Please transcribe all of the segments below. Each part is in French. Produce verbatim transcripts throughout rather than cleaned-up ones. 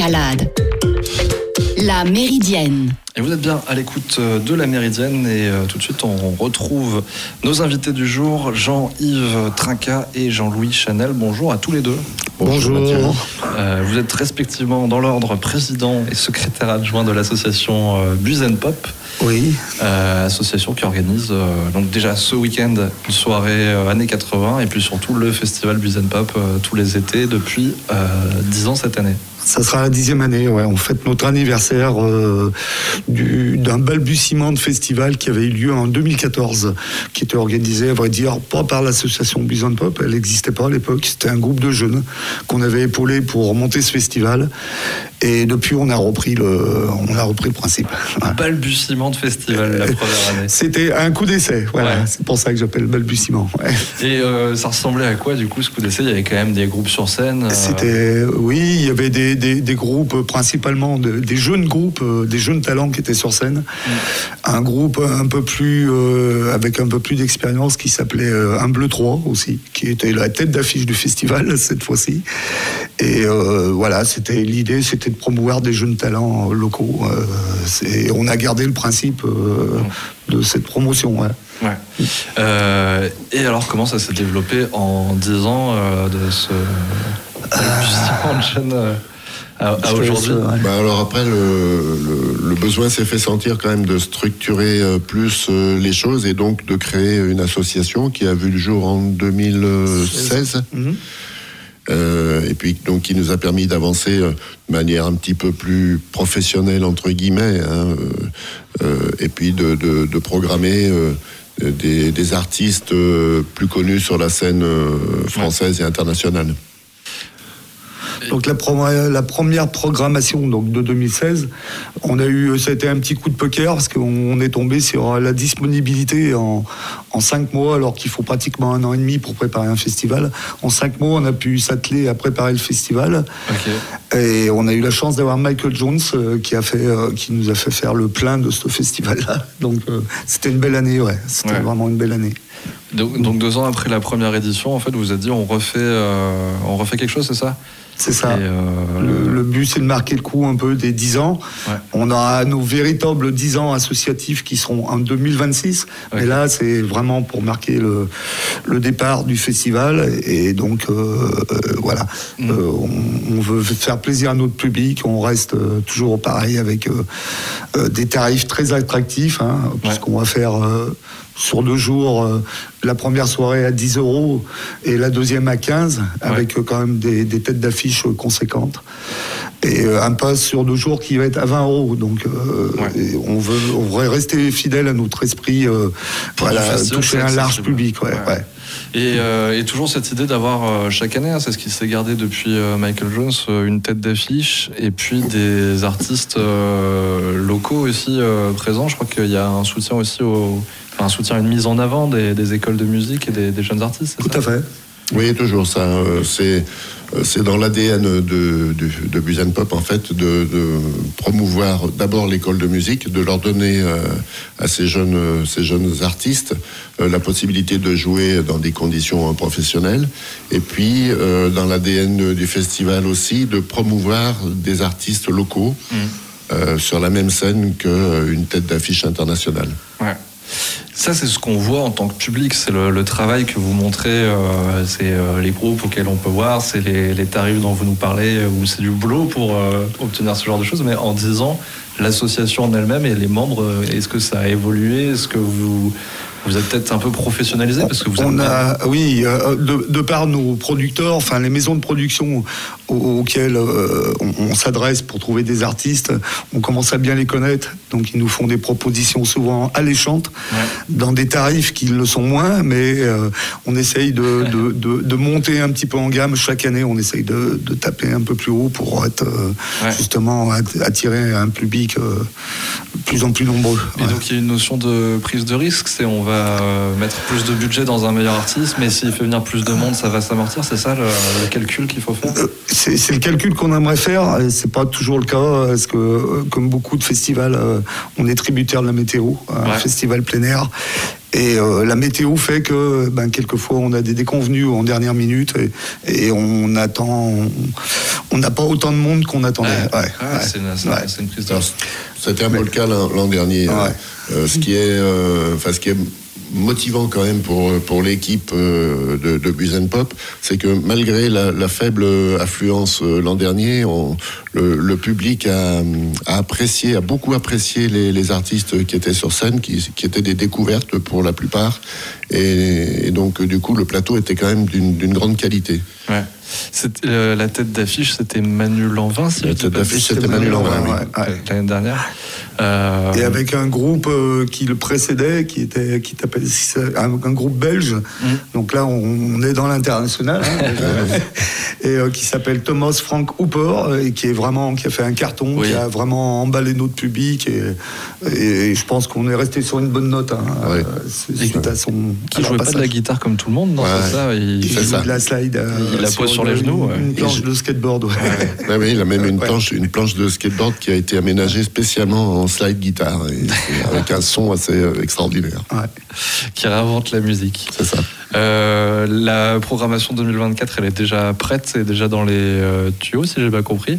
Escalade. La Méridienne. Et vous êtes bien à l'écoute de La Méridienne et euh, tout de suite on retrouve nos invités du jour, Jean-Yves Trinquat et Jean-Louis Chanel. Bonjour à tous les deux. Bonjour. Bonjour. Euh, vous êtes respectivement dans l'ordre président et secrétaire adjoint de l'association euh, Buzz and Pop. Oui. Euh, association qui organise euh, donc déjà ce week-end une soirée euh, années quatre-vingts et puis surtout le festival Buzz and Pop euh, tous les étés depuis euh, dix ans cette année. Ça sera la dixième année, ouais. On fête notre anniversaire euh, du, d'un balbutiement de festival qui avait eu lieu en deux mille quatorze, qui était organisé, à vrai dire, pas par l'association Buzz and Pop, elle n'existait pas à l'époque, c'était un groupe de jeunes qu'on avait épaulé pour monter ce festival. Et depuis, on a repris le, on a repris le principe. Voilà. Balbutiement de festival la première année. C'était un coup d'essai, voilà. Ouais. C'est pour ça que j'appelle balbutiement. Ouais. Et euh, ça ressemblait à quoi, du coup, ce coup d'essai ? Il y avait quand même des groupes sur scène. Euh... C'était, oui, il y avait des Des, des groupes, principalement de, des jeunes groupes, euh, des jeunes talents qui étaient sur scène. Mmh. Un groupe un peu plus, euh, avec un peu plus d'expérience qui s'appelait euh, Un Bleu trois aussi, qui était la tête d'affiche du festival cette fois-ci. Et euh, voilà, c'était l'idée, c'était de promouvoir des jeunes talents locaux. Euh, c'est, on a gardé le principe euh, mmh. de cette promotion. Ouais. Ouais. Euh, et alors, comment ça s'est développé en dix ans euh, de ce balbutiement de jeunes euh... À, à aujourd'hui. Bah alors après, le, le, le besoin s'est fait sentir quand même de structurer plus les choses et donc de créer une association qui a vu le jour en deux mille seize. Mmh. Euh, et puis donc qui nous a permis d'avancer de manière un petit peu plus professionnelle entre guillemets, hein, euh, et puis de, de, de programmer euh, des, des artistes plus connus sur la scène française et internationale. Donc la, pro- la première programmation donc de deux mille seize, on a eu, ça a été un petit coup de poker parce qu'on est tombé sur la disponibilité en, en cinq mois alors qu'il faut pratiquement un an et demi pour préparer un festival. En cinq mois, on a pu s'atteler à préparer le festival. Okay. Et on a eu la chance d'avoir Michael Jones euh, qui a fait, euh, qui nous a fait faire le plein de ce festival-là. Donc euh, c'était une belle année, ouais. C'était ouais. vraiment une belle année. Donc, donc deux ans après la première édition, en fait, vous vous êtes dit on refait, euh, on refait quelque chose, c'est ça ? C'est ça. Euh, le, le but, c'est de marquer le coup un peu des dix ans. Ouais. On aura nos véritables dix ans associatifs qui seront en deux mille vingt-six. Okay. Mais là, c'est vraiment pour marquer le, le départ du festival. Et donc, euh, euh, voilà. Mm. Euh, on, on veut faire plaisir à notre public. On reste euh, toujours pareil avec euh, euh, des tarifs très attractifs, hein, ouais. puisqu'on va faire... Euh, sur deux jours, euh, la première soirée à dix euros et la deuxième à quinze, avec ouais. euh, quand même des, des têtes d'affiche euh, conséquentes. Et euh, un pass sur deux jours qui va être à vingt euros. Donc euh, ouais. on veut, on voudrait rester fidèle à notre esprit, euh, voilà, toucher un large public. Ouais, ouais. Ouais. Et, euh, et toujours cette idée d'avoir euh, chaque année, hein, c'est ce qui s'est gardé depuis euh, Michael Jones, euh, une tête d'affiche et puis des artistes euh, locaux aussi euh, présents. Je crois qu'il y a un soutien aussi au, enfin, un soutien, une mise en avant des, des écoles de musique et des, des jeunes artistes. C'est Tout ça à fait. Oui, toujours ça. Euh, c'est, c'est dans l'A D N de, de, de Buzz and Pop, en fait, de, de promouvoir d'abord l'école de musique, de leur donner euh, à ces jeunes, ces jeunes artistes euh, la possibilité de jouer dans des conditions euh, professionnelles. Et puis, euh, dans l'A D N du festival aussi, de promouvoir des artistes locaux mmh. euh, sur la même scène qu'une tête d'affiche internationale. Ouais. Ça, c'est ce qu'on voit en tant que public, c'est le, le travail que vous montrez, euh, c'est euh, les groupes auxquels on peut voir, c'est les, les tarifs dont vous nous parlez, euh, où c'est du boulot pour euh, obtenir ce genre de choses. Mais en dix ans, l'association en elle-même et les membres, euh, est-ce que ça a évolué ? Est-ce que vous... Vous êtes peut-être un peu professionnalisé parce que vous on êtes... a, oui, euh, de, de par nos producteurs, enfin les maisons de production aux, auxquelles euh, on, on s'adresse pour trouver des artistes, on commence à bien les connaître, donc ils nous font des propositions souvent alléchantes, ouais. dans des tarifs qui le sont moins, mais euh, on essaye de, de, de, de monter un petit peu en gamme chaque année, on essaye de, de taper un peu plus haut pour être euh, ouais. justement attirer un public euh, de plus en plus nombreux. Et ouais. donc il y a une notion de prise de risque, c'est on va mettre plus de budget dans un meilleur artiste, mais s'il fait venir plus de monde, ça va s'amortir, c'est ça le, le calcul qu'il faut faire ? c'est, c'est le calcul qu'on aimerait faire, c'est pas toujours le cas, parce que comme beaucoup de festivals, on est tributaire de la météo, un ouais. festival plein air. Et euh, la météo fait que ben, quelquefois on a des déconvenus en dernière minute et, et on attend, on n'a pas autant de monde qu'on attendait. Ouais, ouais, ouais, ouais. C'est, une, c'est, ouais. c'est une prise de... C'était un peu le cas l'an, l'an dernier. Ouais. Euh, ce qui est, euh, enfin, ce qui est motivant quand même pour pour l'équipe euh, de, de Buzz and Pop, c'est que malgré la, la faible affluence euh, l'an dernier, on, le, le public a, a apprécié, a beaucoup apprécié les, les artistes qui étaient sur scène, qui, qui étaient des découvertes pour la plupart, et, et donc du coup le plateau était quand même d'une, d'une grande qualité. Ouais. C'était, euh, la tête d'affiche, c'était Manu Lanvin. Si la tête d'affiche, c'était Manu Lanvin, oui. Ouais, ouais. L'année dernière. Euh... Et avec un groupe euh, qui le précédait, qui était, qui t'appelle, un, un groupe belge. Mmh. Donc là, on, on est dans l'international, hein, et euh, qui s'appelle Thomas Frank Hooper, et qui est vraiment, qui a fait un carton, oui. qui a vraiment emballé notre public. Et, et, et je pense qu'on est resté sur une bonne note. Hein, oui. euh, suite à son. Qui jouait pas de la guitare comme tout le monde, non, ouais. c'est ça. Il, il fait ça. De la slide. Euh, il la pose sur les genoux. Une, une planche je... de skateboard. Ouais. Ouais. Ouais, oui, il a même une planche, une planche de skateboard qui a été aménagée spécialement en slide guitare, et, et avec un son assez euh, extraordinaire. Ouais. Qui réinvente la musique. C'est ça. Euh, la programmation deux mille vingt-quatre, elle est déjà prête, c'est déjà dans les euh, tuyaux, si j'ai bien compris.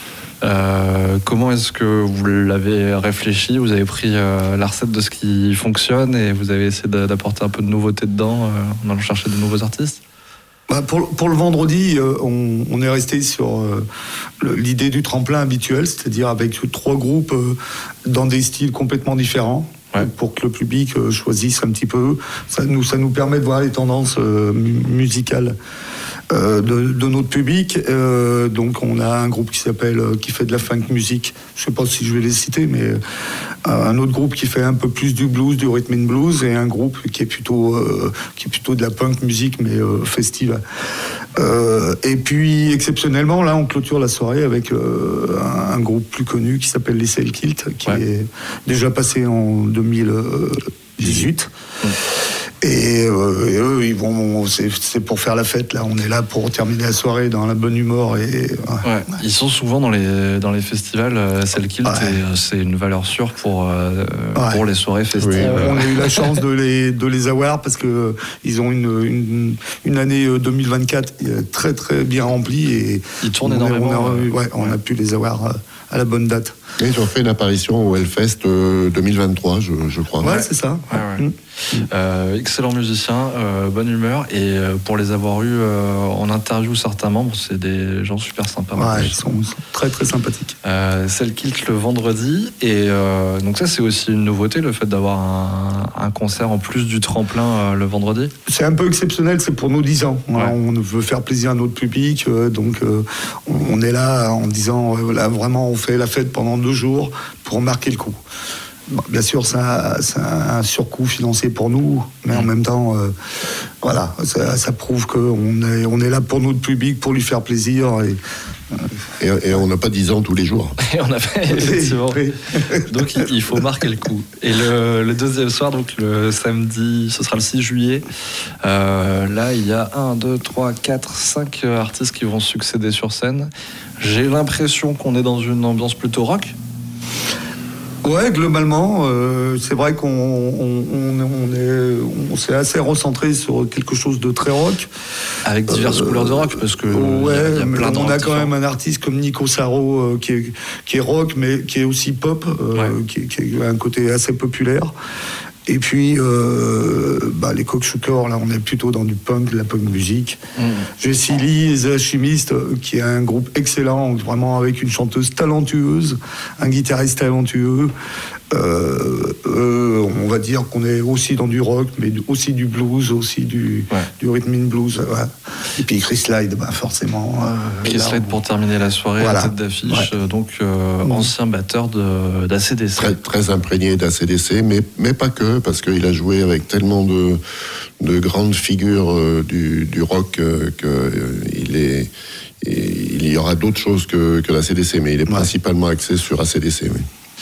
Euh, comment est-ce que vous l'avez réfléchi ? Vous avez pris euh, la recette de ce qui fonctionne et vous avez essayé d'apporter un peu de nouveauté dedans euh, en allant chercher de nouveaux artistes ? Bah pour, pour le vendredi, euh, on, on est resté sur euh, le, l'idée du tremplin habituel, c'est-à-dire avec trois groupes euh, dans des styles complètement différents, ouais. pour que le public euh, choisisse un petit peu. Ça nous, ça nous permet de voir les tendances euh, mu- musicales euh, de, de notre public. Euh, donc on a un groupe qui s'appelle, euh, qui fait de la funk music. Je sais pas si je vais les citer, mais euh, un autre groupe qui fait un peu plus du blues, du rhythm and blues, et un groupe qui est plutôt, euh, qui est plutôt de la punk music, mais euh, festive. Euh, et puis exceptionnellement, là, on clôture la soirée avec euh, un, un groupe plus connu qui s'appelle les Cell Kilt, qui ouais. est déjà passé en deux mille dix-huit. Ouais. Et, euh, et eux, ils vont, c'est, c'est pour faire la fête. Là, on est là pour terminer la soirée dans la bonne humeur. Et ouais. Ouais. Ils sont souvent dans les dans les festivals. Euh, Cell Kilt, ouais. et, c'est une valeur sûre pour euh, ouais. pour les soirées festives. Oui, on a eu la chance de les de les avoir parce que ils ont une une, une année deux mille vingt-quatre très très bien remplie et ils tournent énormément. On a, ouais, on a pu les avoir à la bonne date. Et ils ont fait une apparition au Hellfest deux mille vingt-trois, je, je crois. Ouais, c'est ça. Ouais, ouais. Mmh. Euh, excellent musicien, euh, bonne humeur, et euh, pour les avoir eus euh, en interview certains membres, c'est des gens super sympas. Ouais, ils sont, ils sont très très sympathiques. Euh, Cell Kilt le vendredi, et euh, donc ça c'est aussi une nouveauté, le fait d'avoir un, un concert en plus du tremplin euh, le vendredi. C'est un peu exceptionnel, c'est pour nos dix ans. Ouais. On veut faire plaisir à notre public, euh, donc euh, on est là en disant, euh, là vraiment on fait la fête pendant deux jours pour marquer le coup. Bon, bien sûr, c'est un, c'est un surcoût financier pour nous, mais en même temps, euh, voilà, ça, ça prouve qu'on est, on est là pour notre public, pour lui faire plaisir. Et, euh, et, et on n'a pas dix ans tous les jours. Et on a fait, effectivement. Donc il, il faut marquer le coup. Et le, le deuxième soir, donc le samedi, ce sera le six juillet. Euh, là, il y a un, deux, trois, quatre, cinq artistes qui vont succéder sur scène. J'ai l'impression qu'on est dans une ambiance plutôt rock. Ouais, globalement, euh, c'est vrai qu'on on, on, on est, on s'est assez recentré sur quelque chose de très rock. Avec diverses euh, couleurs de rock, parce que ouais, y a, y a plein de on a quand différents. même un artiste comme Nico Saro euh, qui, est, qui est rock, mais qui est aussi pop, euh, ouais. qui, qui a un côté assez populaire. Et puis, euh, bah, les Cockshooters, là, on est plutôt dans du punk, de la punk musique. Mmh. J'ai Silly, les Alchimistes, qui est un groupe excellent, vraiment avec une chanteuse talentueuse, un guitariste talentueux. Euh, euh, on va dire qu'on est aussi dans du rock, mais aussi du blues, aussi du, ouais. du rhythm and blues. Ouais. Et puis Chris Slide, bah forcément. Euh, Chris Slide pour terminer la soirée, voilà. à tête d'affiche, ouais. donc euh, mmh. ancien batteur de, d'A C D C. Très, très imprégné d'A C D C, mais, mais pas que, parce qu'il a joué avec tellement de, de grandes figures euh, du, du rock euh, qu'il est... Et il y aura d'autres choses que, que l'A C D C, mais il est ouais. principalement axé sur A C D C, oui.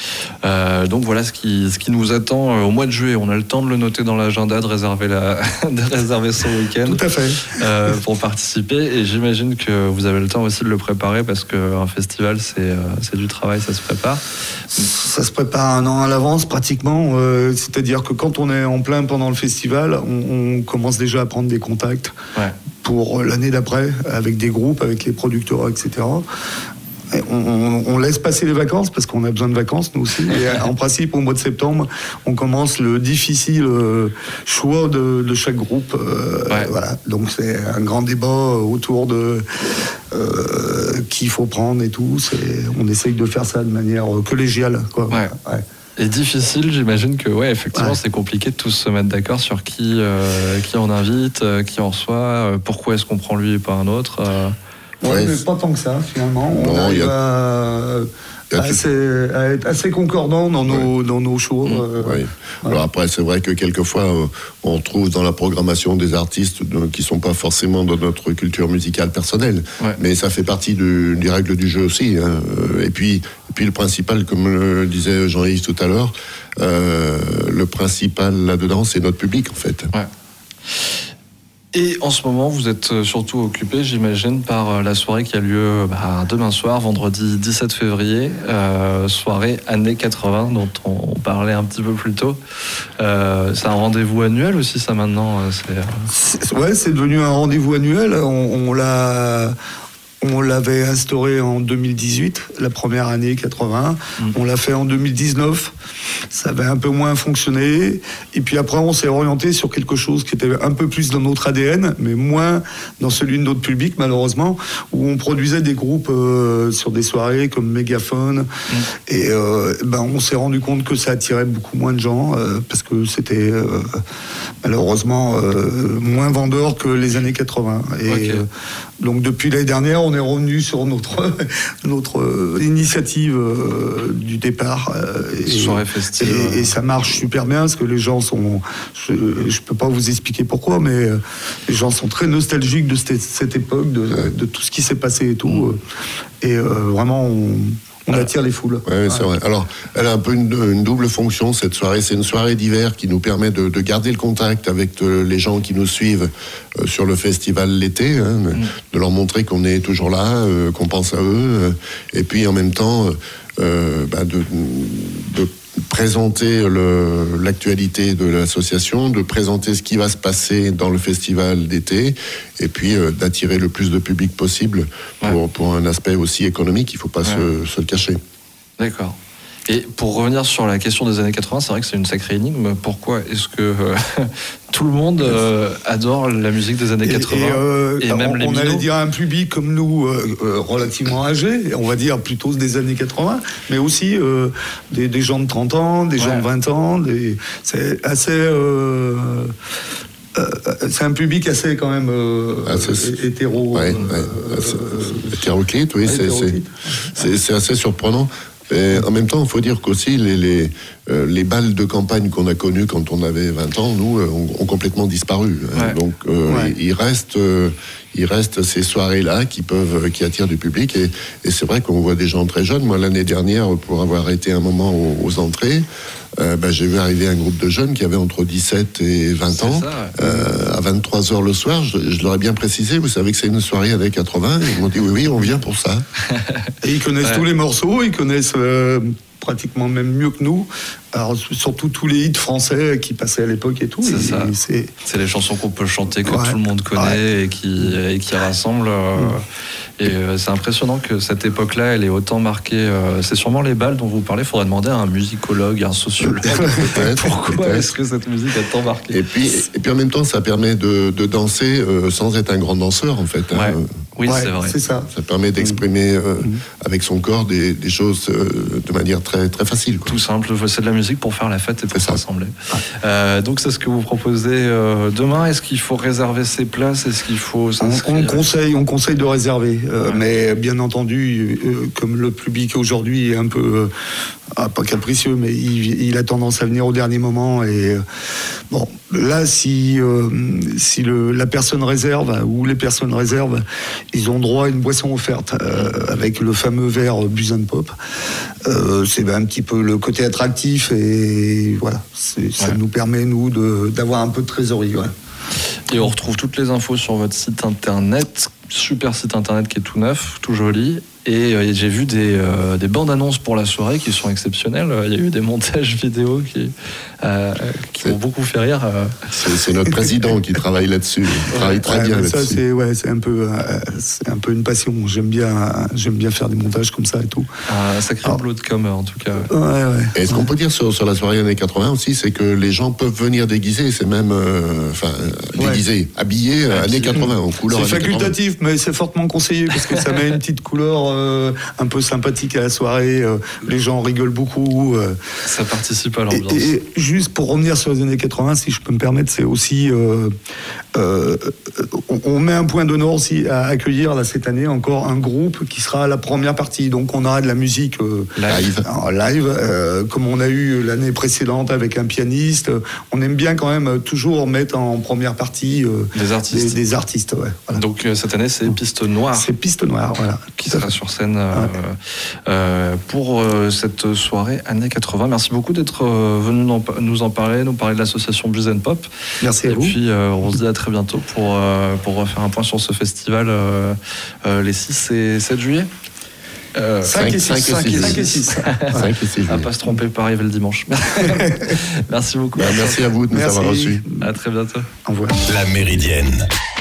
Euh, donc voilà ce qui, ce qui nous attend euh, au mois de juillet. On a le temps de le noter dans l'agenda, de réserver, la, de réserver son week-end. Tout à fait. Euh, pour participer. Et j'imagine que vous avez le temps aussi de le préparer parce qu'un festival, c'est, euh, c'est du travail, ça se prépare. Ça se prépare un an à l'avance pratiquement. Euh, c'est-à-dire que quand on est en plein pendant le festival, on, on commence déjà à prendre des contacts ouais. pour l'année d'après avec des groupes, avec les producteurs, et cetera. On, on, on laisse passer les vacances parce qu'on a besoin de vacances nous aussi. Et en principe, au mois de septembre, on commence le difficile choix de, de chaque groupe. Euh, ouais. Voilà. Donc c'est un grand débat autour de euh, qui il faut prendre et tout. C'est, on essaye de faire ça de manière collégiale, quoi. Ouais. Ouais. Et difficile, j'imagine que ouais, effectivement, ouais. c'est compliqué de tous se mettre d'accord sur qui, euh, qui on invite, euh, qui on reçoit, euh, pourquoi est-ce qu'on prend lui et pas un autre. Euh... Ouais, ouais, mais pas tant que ça, finalement. On non, arrive a... à, à, assez, à être assez concordant dans nos, ouais. dans nos shows. Mmh. Euh, ouais. Ouais. Alors après, c'est vrai que quelquefois, euh, on trouve dans la programmation des artistes de, qui ne sont pas forcément dans notre culture musicale personnelle. Ouais. Mais ça fait partie du, des règles du jeu aussi. Hein. Et, puis, et puis le principal, comme le disait Jean-Yves tout à l'heure, euh, le principal là-dedans, c'est notre public, en fait. Ouais. Et en ce moment, vous êtes surtout occupé, j'imagine, par la soirée qui a lieu bah, demain soir, vendredi dix-sept février, euh, soirée années quatre-vingts, dont on parlait un petit peu plus tôt. Euh, c'est un rendez-vous annuel aussi, ça, maintenant c'est... C'est, ouais, c'est devenu un rendez-vous annuel. On, on l'a... On l'avait instauré en deux mille dix-huit, la première année quatre-vingts. Mmh. On l'a fait en deux mille dix-neuf. Ça avait un peu moins fonctionné. Et puis après, on s'est orienté sur quelque chose qui était un peu plus dans notre A D N, mais moins dans celui de notre public, malheureusement, où on produisait des groupes euh, sur des soirées comme Mégaphone. Mmh. Et euh, ben, on s'est rendu compte que ça attirait beaucoup moins de gens, euh, parce que c'était euh, malheureusement euh, moins vendeur que les années quatre-vingts. Et okay. euh, donc depuis l'année dernière, on est revenu sur notre, notre initiative euh, du départ. Euh, et, soirée festive. Et, et ça marche super bien, parce que les gens sont... Je ne peux pas vous expliquer pourquoi, mais euh, les gens sont très nostalgiques de cette, cette époque, de, de tout ce qui s'est passé et tout. Mmh. Et euh, vraiment, on... On attire les foules. Oui, ouais. c'est vrai. Alors, elle a un peu une, une double fonction, cette soirée. C'est une soirée d'hiver qui nous permet de, de garder le contact avec euh, les gens qui nous suivent euh, sur le festival l'été, hein, mm. de leur montrer qu'on est toujours là, euh, qu'on pense à eux, euh, et puis en même temps, euh, bah, de, de présenter le, l'actualité de l'association, de présenter ce qui va se passer dans le festival d'été, et puis euh, d'attirer le plus de public possible pour, ouais. pour un aspect aussi économique, il ne faut pas ouais. se, se le cacher. D'accord. Et pour revenir sur la question des années quatre-vingts, c'est vrai que c'est une sacrée énigme. Pourquoi est-ce que euh, tout le monde euh, adore la musique des années quatre-vingts et, et, euh, et même on, les on allait dire un public comme nous, euh, euh, relativement âgé, on va dire plutôt des années quatre-vingts, mais aussi euh, des, des gens de trente ans, des ouais. gens de vingt ans. Des, c'est assez... Euh, Euh, c'est un public assez quand même euh, ah, c'est, hétéro, ouais, euh, ouais, euh, hétéroclite, oui, c'est, c'est, c'est, c'est assez surprenant. Et en même temps, il faut dire qu'aussi les, les, euh, les balles de campagne qu'on a connues quand on avait vingt ans, nous, euh, ont, ont complètement disparu. Ouais. Hein. Donc, euh, ouais. il, il reste, euh, il reste ces soirées-là qui peuvent, qui attirent du public. Et, et c'est vrai qu'on voit des gens très jeunes. Moi, l'année dernière, pour avoir été un moment aux, aux entrées, euh, ben, j'ai vu arriver un groupe de jeunes qui avaient entre dix-sept et vingt ans, ça, ouais. euh, à vingt-trois heures le soir. Je, je leur ai bien précisé, vous savez que c'est une soirée avec quatre-vingts. Ils m'ont dit oui, oui, on vient pour ça. Et ils connaissent ouais. tous les morceaux, ils connaissent euh, pratiquement même mieux que nous. Alors, surtout tous les hits français qui passaient à l'époque et tout. C'est et, ça. Et c'est... c'est les chansons qu'on peut chanter, que ouais. tout le monde connaît ouais. et, qui, et qui rassemblent. Euh, mmh. Et euh, c'est impressionnant que cette époque-là, elle est autant marquée. Euh, c'est sûrement les balles dont vous parlez. Il faudrait demander à un musicologue, à un sociologue. Pourquoi peut-être. Est-ce que cette musique a tant marqué ? Et puis, et puis en même temps, ça permet de, de danser euh, sans être un grand danseur, en fait. Ouais. Hein. Oui, ouais, c'est vrai. C'est ça. Ça permet d'exprimer euh, mmh. avec son corps des, des choses euh, de manière très, très facile. Quoi. Tout simple. C'est de la musique pour faire la fête et pour se rassembler. Euh, donc c'est ce que vous proposez euh, demain. Est-ce qu'il faut réserver ses places ? Est-ce qu'il faut on, on conseille, on conseille de réserver, euh, ouais. mais bien entendu, euh, comme le public aujourd'hui est un peu euh, ah, pas capricieux, mais il, il a tendance à venir au dernier moment. Et euh, bon, là, si euh, si le, la personne réserve ou les personnes réservent, ils ont droit à une boisson offerte euh, avec le fameux verre Buzz and Pop. euh, c'est un petit peu le côté attractif et voilà, c'est, ça ouais. nous permet nous de, d'avoir un peu de trésorerie. Ouais. Et on retrouve toutes les infos sur votre site internet, super site internet qui est tout neuf, tout joli. Et euh, j'ai vu des, euh, des bandes annonces pour la soirée qui sont exceptionnelles. Il y a eu des montages vidéo qui, euh, qui m'ont beaucoup fait rire. C'est, c'est notre président qui travaille là-dessus. Il travaille très ouais, bien ça, là-dessus. C'est, ouais, c'est, un peu, euh, c'est un peu une passion. J'aime bien, j'aime bien faire des montages comme ça et tout. Un sacré boulot de com, en tout cas. Ouais, ouais. Et ce qu'on peut dire sur, sur la soirée années quatre-vingts aussi, c'est que les gens peuvent venir déguisés. C'est même euh, enfin, ouais. déguisés, habillés ouais, années quatre-vingts, en couleur. C'est facultatif, quatre-vingts. Mais c'est fortement conseillé parce que ça met une petite couleur euh, un peu sympathique à la soirée. Euh, les gens rigolent beaucoup. Euh. Ça participe à l'ambiance. Et, et juste pour revenir sur les années quatre-vingts, si je peux me permettre, c'est aussi euh, euh, on, on met un point d'honneur aussi à accueillir là cette année encore un groupe qui sera à la première partie. Donc on aura de la musique euh, live, en live euh, comme on a eu l'année précédente avec un pianiste. On aime bien quand même toujours mettre en première partie euh, des artistes. Des, des artistes ouais, voilà. Donc euh, cette année c'est Piste Noire. C'est Piste Noire, voilà. Qui sera sur scène euh, ouais. euh, pour euh, cette soirée années quatre-vingts. Merci beaucoup d'être euh, venu nous en parler, nous parler de l'association Blues and Pop. Merci à et vous. Et puis euh, on se dit à très bientôt pour, euh, pour refaire un point sur ce festival euh, euh, les six et sept juillet. Euh, cinq et six. cinq et six. À pas se tromper pour arriver le dimanche. Merci beaucoup. Bah, merci à vous de nous merci. avoir reçus. À très bientôt. Au revoir. La Méridienne